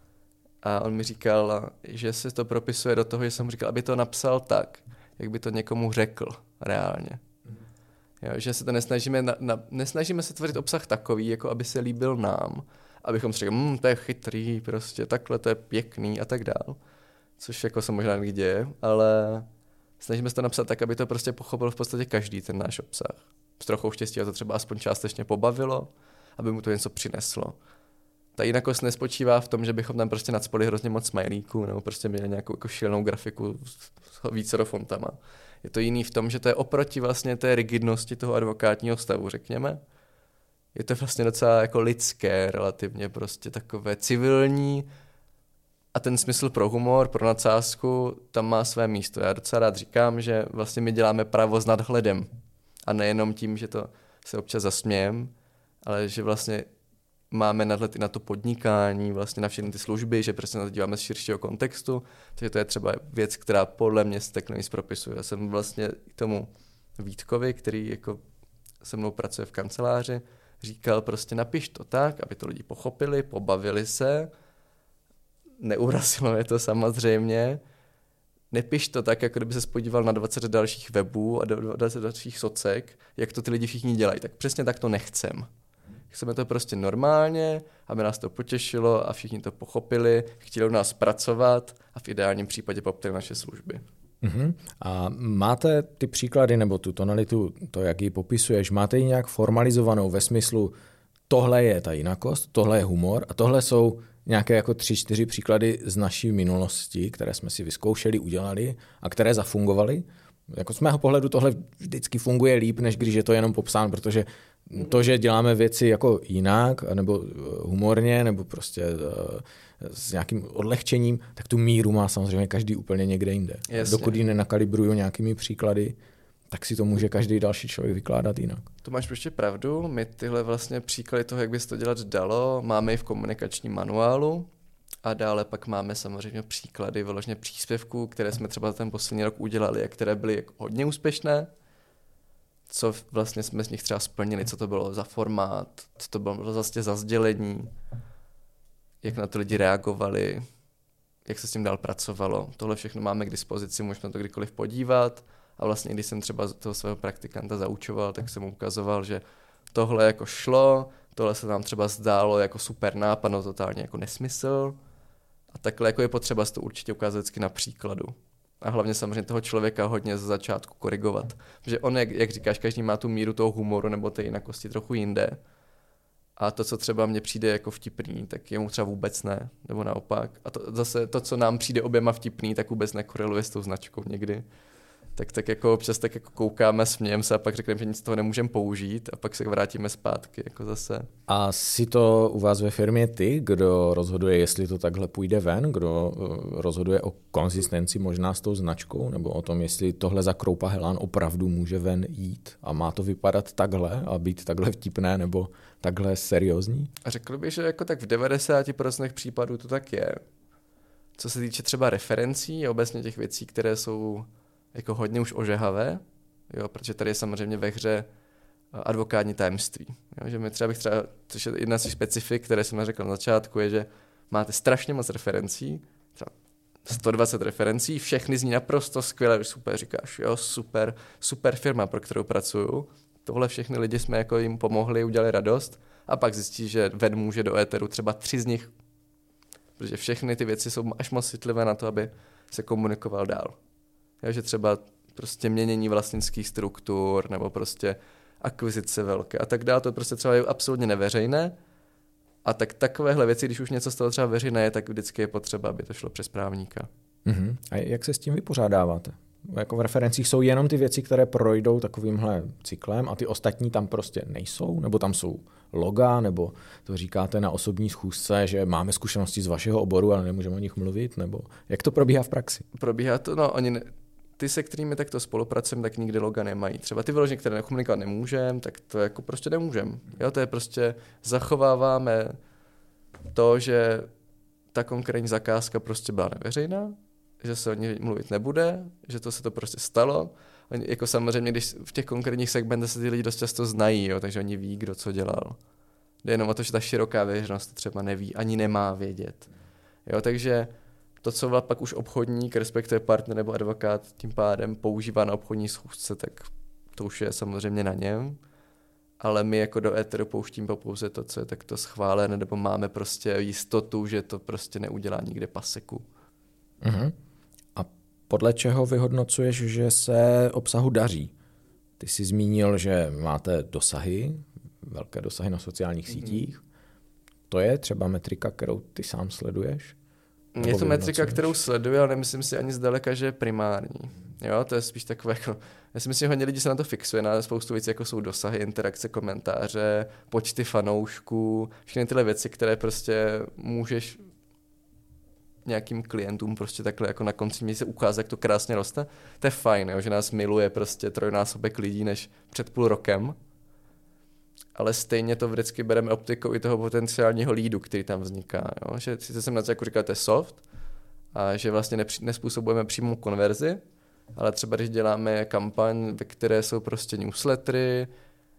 A on mi říkal, že se to propisuje do toho, že jsem mu říkal, aby to napsal tak, jak by to někomu řekl reálně. Jo, že se to nesnažíme se tvořit obsah takový, jako aby se líbil nám, abychom si řekli, to je chytrý, prostě takhle to je pěkný a tak dál. Což jako se možná někdy děje, ale snažíme se to napsat tak, aby to prostě pochopil v podstatě každý ten náš obsah. S trochou štěstí a to třeba aspoň částečně pobavilo, aby mu to něco přineslo. Ta jinakost nespočívá v tom, že bychom tam prostě nacpali hrozně moc smajlíků nebo prostě měli nějakou jako šílenou grafiku s více fontama. Je to jiný v tom, že to je oproti vlastně té rigidnosti toho advokátního stavu, řekněme. Je to vlastně docela jako lidské, relativně prostě takové civilní a ten smysl pro humor, pro nadsázku tam má své místo. Já docela rád říkám, že vlastně my děláme právo s nadhledem a nejenom tím, že to se občas zasmějem, ale že vlastně máme nadhled i na to podnikání, vlastně na všechny ty služby, že prostě na to díváme z širšího kontextu, takže to je třeba věc, která podle mě se tak nejvíc propisuje. Já jsem vlastně k tomu Vítkovi, který jako se mnou pracuje v kanceláři, říkal prostě napiš to tak, aby to lidi pochopili, pobavili se, neurazilo je to samozřejmě, nepiš to tak, jako kdyby se podíval na 20 dalších webů a 20 dalších socek, jak to ty lidi všichni dělají. Tak přesně tak to nechcem. Chceme to prostě normálně, aby nás to potěšilo a všichni to pochopili, chtěli u nás pracovat a v ideálním případě poptali naše služby. Uh-huh. A máte ty příklady nebo tu tonalitu, to, jak ji popisuješ, máte ji nějak formalizovanou ve smyslu tohle je ta jinakost, tohle je humor a tohle jsou nějaké jako 3-4 příklady z naší minulosti, které jsme si vyzkoušeli, udělali a které zafungovaly? Jako z mého pohledu tohle vždycky funguje líp, než když je to jenom popsán, protože to, že děláme věci jako jinak, nebo humorně, nebo prostě s nějakým odlehčením, tak tu míru má samozřejmě každý úplně někde jinde. Jasně. Dokud ji nenakalibruju nějakými příklady, tak si to může každý další člověk vykládat jinak. To máš prostě pravdu, my tyhle vlastně příklady toho, jak by se to dělat dalo, máme i v komunikačním manuálu a dále pak máme samozřejmě příklady vyloženě příspěvků, které jsme třeba ten poslední rok udělali a které byly jako hodně úspěšné, co vlastně jsme z nich třeba splnili, co to bylo za formát, co to bylo vlastně za sdělení, jak na to lidi reagovali, jak se s tím dál pracovalo. Tohle všechno máme k dispozici, můžeme to kdykoliv podívat. A vlastně, když jsem třeba toho svého praktikanta zaučoval, tak jsem mu ukazoval, že tohle jako šlo, tohle se nám třeba zdálo jako super nápad, no totálně jako nesmysl. A takhle jako je potřeba si to určitě ukázat vždycky na příkladu. A hlavně samozřejmě toho člověka hodně ze začátku korigovat. Protože on, jak říkáš, každý má tu míru toho humoru nebo té jinakosti trochu jinde. A to, co třeba mně přijde jako vtipný, tak jemu třeba vůbec ne, nebo naopak. A to zase to, co nám přijde oběma vtipný, tak vůbec nekoreluje s tou značkou někdy. Tak jako občas tak jako koukáme, smějeme se a pak řekneme, že nic z toho nemůžeme použít a pak se vrátíme zpátky jako zase. A jsi to u vás ve firmě ty, kdo rozhoduje, jestli to takhle půjde ven, kdo rozhoduje o konzistenci možná s tou značkou, nebo o tom, jestli tohle za Kroupa Helán opravdu může ven jít a má to vypadat takhle a být takhle vtipné nebo takhle seriózní? A řekl bych, že jako tak v 90% případů to tak je. Co se týče třeba referencí a obecně těch věcí, které jsou jako hodně už ožehavé, jo, protože tady je samozřejmě ve hře advokátní tajemství. Jo, že my třeba což je jedna z těch specifik, které jsem řekl na začátku, je, že máte strašně moc referencí, třeba 120 referencí, všechny zní naprosto skvěle, super, říkáš, jo, super firma, pro kterou pracuju. Tohle všechny lidi jsme jako jim pomohli, udělali radost a pak zjistí, že ven může do éteru třeba 3 z nich, protože všechny ty věci jsou až moc citlivé na to, aby se komunikoval dál. Jo, že třeba prostě měnění vlastnických struktur nebo prostě akvizice velké a tak dále, to prostě třeba je absolutně neveřejné. A tak takovéhle věci, když už něco z toho třeba veřejné je, tak vždycky je potřeba, aby to šlo přes právníka. Uh-huh. A jak se s tím vypořádáváte? Jako v referencích jsou jenom ty věci, které projdou takovýmhle cyklem a ty ostatní tam prostě nejsou? Nebo tam jsou loga? Nebo to říkáte na osobní schůzce, že máme zkušenosti z vašeho oboru, ale nemůžeme o nich mluvit? Nebo jak to probíhá v praxi? Probíhá to, ty, se kterými takto spolupracujeme, tak nikdy loga nemají. Třeba ty vyloženě, které komunikovat nemůžeme, tak to jako prostě nemůžeme. Jo, to je prostě zachováváme to, že ta konkrétní zakázka prostě byla neveřejná, že se o ní mluvit nebude, že to se to prostě stalo. Oni, jako samozřejmě, když v těch konkrétních segmentech se ty lidi dost často znají, jo, takže oni ví, kdo co dělal. Jde jenom o to, že ta široká veřejnost to třeba neví, ani nemá vědět. Jo, takže to, co pak už obchodník, respektive partner nebo advokát tím pádem používá na obchodní schůzce, tak to už je samozřejmě na něm. Ale my jako do éteru pouštíme pouze to, co je takto schválené, nebo máme prostě jistotu, že to prostě neudělá nikde paseku. Uh-huh. A podle čeho vyhodnocuješ, že se obsahu daří? Ty jsi zmínil, že máte dosahy, velké dosahy na sociálních sítích. To je třeba metrika, kterou ty sám sleduješ? Je to metrika, kterou sleduju, ale nemyslím si ani zdaleka, že je primární. Jo, to je spíš takové jako, já si myslím, že hodně lidí se na to fixuje, na spoustu věcí, jako jsou dosahy, interakce, komentáře, počty fanoušků, všechny tyhle věci, které prostě můžeš nějakým klientům prostě takhle jako na konci měsíce ukázat, jak to krásně roste. To je fajn, jo, že nás miluje prostě 3násobek lidí než před půl rokem. ale stejně to vždycky bereme optikou i toho potenciálního leadu, který tam vzniká. Jo? Že sice jsem na to jako říkal, to je soft, a že vlastně nespůsobujeme přímou konverzi, ale třeba když děláme kampaň, ve které jsou prostě newslettery,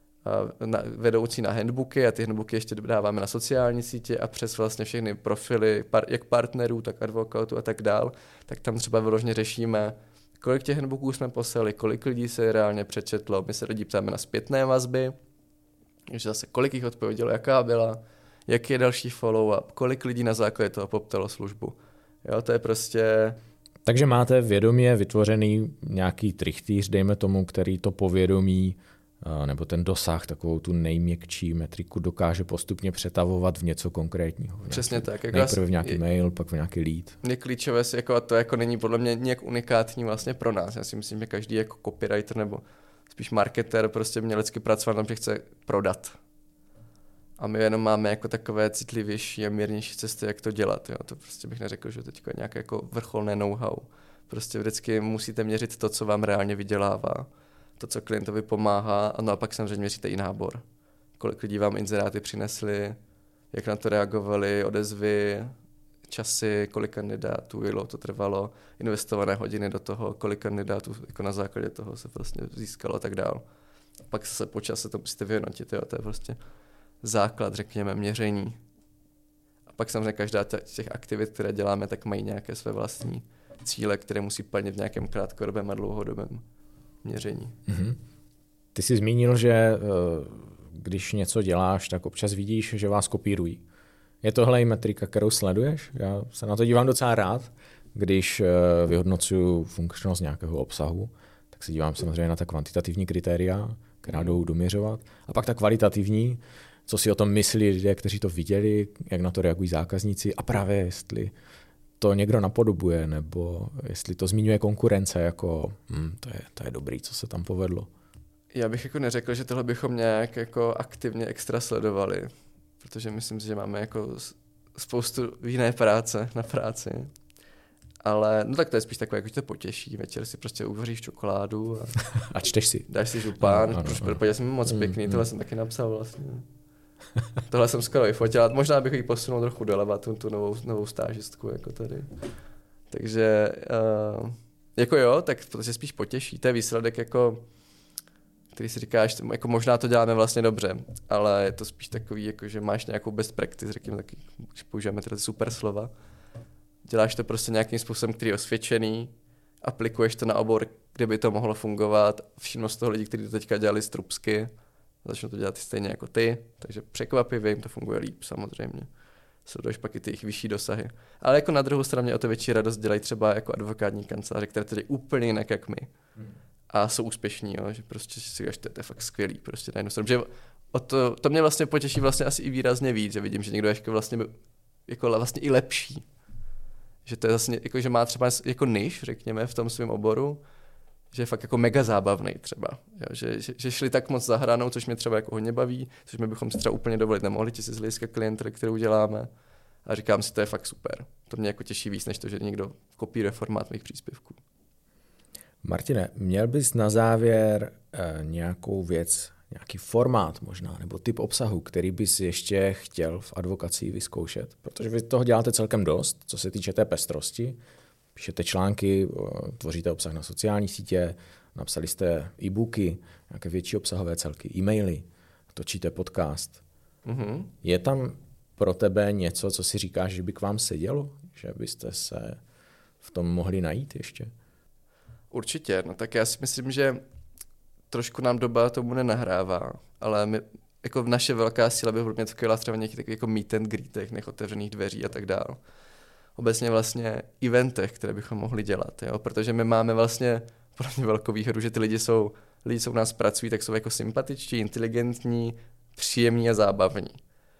vedoucí na handbooky a ty handbooky ještě dáváme na sociální sítě a přes vlastně všechny profily, jak partnerů, tak advokátů a tak dál, tak tam třeba vyloženě řešíme, kolik těch handbooků jsme poslali, kolik lidí se reálně přečetlo, my se lidi ptáme na zpětné vazby, že zase kolik jich odpovědělo, jaká byla, jaký je další follow-up, kolik lidí na základě toho poptalo službu. Jo, to je prostě... Takže máte vědomě vytvořený nějaký trichtýř, dejme tomu, který to povědomí nebo ten dosah, takovou tu nejměkčí metriku dokáže postupně přetavovat v něco konkrétního. Přesně tak. Jako nejprve v nějaký mail, pak v nějaký lead. Je klíčové, a to jako není podle mě nějak unikátní vlastně pro nás. Já si myslím, že každý jako copywriter nebo spíš marketer prostě měl vždycky pracovat tam, že chce prodat. A my jenom máme jako takové citlivější a mírnější cesty, jak to dělat. Jo. To prostě bych neřekl, že teď je nějaké jako vrcholné know-how. Prostě vždycky musíte měřit to, co vám reálně vydělává, to, co klientovi pomáhá, a no a pak samozřejmě měříte i nábor. Kolik lidí vám inzeráty přinesli, jak na to reagovali, odezvy, časy, kolik kandidátů, jak to trvalo, investované hodiny do toho, kolik kandidátů jako na základě toho se vlastně získalo a tak dál. Pak se po čase to musíte vyhodnotit, jo, to je prostě základ, řekněme, měření. A pak samozřejmě každá těch aktivit, které děláme, tak mají nějaké své vlastní cíle, které musí plnit v nějakém krátkodobém a dlouhodobém měření. Mm-hmm. Ty jsi zmínil, že když něco děláš, tak občas vidíš, že vás kopírují. Je tohle i metrika, kterou sleduješ? Já se na to dívám docela rád, když vyhodnocuju funkčnost nějakého obsahu, tak se dívám samozřejmě na ta kvantitativní kritéria, která jdou doměřovat, a pak ta kvalitativní, co si o tom myslí lidé, kteří to viděli, jak na to reagují zákazníci, a právě jestli to někdo napodobuje, nebo jestli to zmiňuje konkurence, jako to je dobrý, co se tam povedlo. Já bych jako neřekl, že tohle bychom nějak jako aktivně extra sledovali, protože myslím si, že máme jako spoustu jiné práce na práci. Ale no tak to je spíš takové, jako že to potěší. Večer si prostě uvaříš čokoládu a čteš si. Dáš si župán, protože jsem moc pěkný, tohle jsem taky napsal vlastně. Tohle jsem skoro vyfotil, možná bych ji posunul trochu doleva, tu novou stážistku jako tady. Takže jako jo, tak to se spíš potěší. To je výsledek, jako, který si říkáš, jako možná to děláme vlastně dobře, ale je to spíš takový, jako, že máš nějakou best practice, řekněme taky, když použijeme tyhle super slova. Děláš to prostě nějakým způsobem, který je osvědčený, aplikuješ to na obor, kde by to mohlo fungovat, všimnou z toho lidi, kteří to teďka dělali z Trubsky, začnou to dělat stejně jako ty, takže překvapivě jim to funguje líp samozřejmě. Sleduješ pak i ty jejich vyšší dosahy. Ale jako na druhou stranu mě o to větší radost dělají třeba jako advokátní kanceláře, které to dělají úplně jinak jak my. A jsou úspěšní, jo? Že prostě si říkáš, to je fakt skvělý, prostě na jednu stranu. Že to mě vlastně potěší vlastně asi i výrazně víc, že vidím, že někdo je jako vlastně i lepší. Že to je vlastně, jako, že má třeba jako niž, řekněme, v tom svém oboru, že je fakt jako mega zábavný třeba. Jo, že šli tak moc za hranou, což mě třeba jako hodně baví, což my bychom si třeba úplně dovolit nemohli, si z hlediska klientely, kterou děláme. A říkám si, to je fakt super. To mě jako těší víc, než to, že někdo kopíruje formát mých příspěvků. Martine, měl bys na závěr nějakou věc, nějaký formát možná, nebo typ obsahu, který bys ještě chtěl v advokacii vyzkoušet? Protože vy toho děláte celkem dost, co se týče té pestrosti. Píšete články, tvoříte obsah na sociální sítě, napsali jste e-booky, nějaké větší obsahové celky, e-maily, točíte podcast. Mm-hmm. Je tam pro tebe něco, co si říkáš, že by k vám sedělo? Že byste se v tom mohli najít ještě? Určitě, no tak já si myslím, že trošku nám doba tomu nenahrává, ale my, jako naše velká síla by mě skvělá třeba nějakých takových jako meet and greetech, otevřených dveří a tak dál. Obecně vlastně eventech, které bychom mohli dělat, jo? Protože my máme vlastně pro mě velkou výhodu, že ty lidi jsou u nás pracují, tak jsou jako sympatičtí, inteligentní, příjemní a zábavní.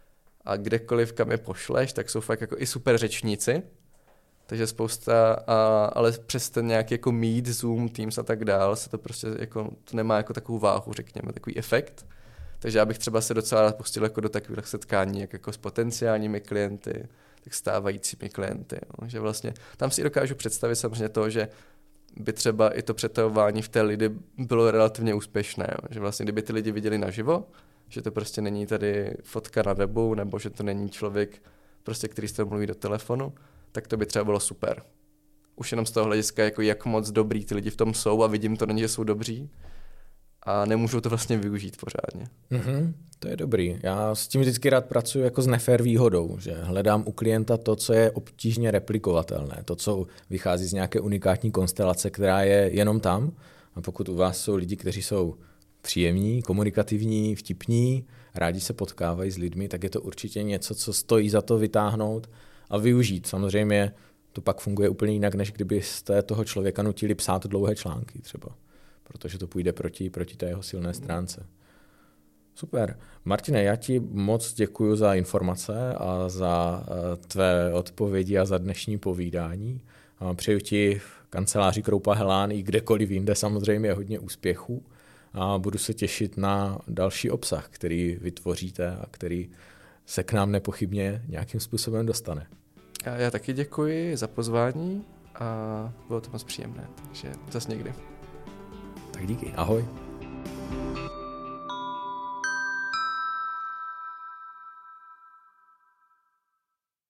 A kdekoliv, kam je pošleš, tak jsou fakt jako i super řečníci, takže spousta, ale přes ten nějaký jako Meet, Zoom, Teams a tak dál se to prostě jako, to nemá jako takovou váhu, řekněme, takový efekt. Takže já bych třeba se docela rád pustil jako do takových setkání, jak jako s potenciálními klienty, tak stávajícími klienty. Jo. Že vlastně tam si dokážu představit samozřejmě to, že by třeba i to přetavování v té lidi bylo relativně úspěšné. Jo. Že vlastně kdyby ty lidi viděli naživo že to prostě není tady fotka na webu, nebo že to není člověk, prostě, který s tebou mluví do telefonu, tak to by třeba bylo super. Už jenom z toho hlediska, jako jak moc dobrý ty lidi v tom jsou a vidím to není, že jsou dobří a nemůžou to vlastně využít pořádně. To je dobrý. Já s tím vždycky rád pracuji jako s nefér výhodou, že hledám u klienta to, co je obtížně replikovatelné, to, co vychází z nějaké unikátní konstelace, která je jenom tam. A pokud u vás jsou lidi, kteří jsou příjemní, komunikativní, vtipní, rádi se potkávají s lidmi, tak je to určitě něco, co stojí za to vytáhnout a využít. Samozřejmě to pak funguje úplně jinak, než kdybyste toho člověka nutili psát dlouhé články třeba, protože to půjde proti té jeho silné stránce. Super. Martine, já ti moc děkuji za informace a za tvé odpovědi a za dnešní povídání. Přeju ti v kanceláři Kroupa Helán i kdekoliv jinde samozřejmě hodně úspěchů a budu se těšit na další obsah, který vytvoříte a který se k nám nepochybně nějakým způsobem dostane. Já taky děkuji za pozvání a bylo to moc příjemné, takže zas někdy. Tak díky, ahoj.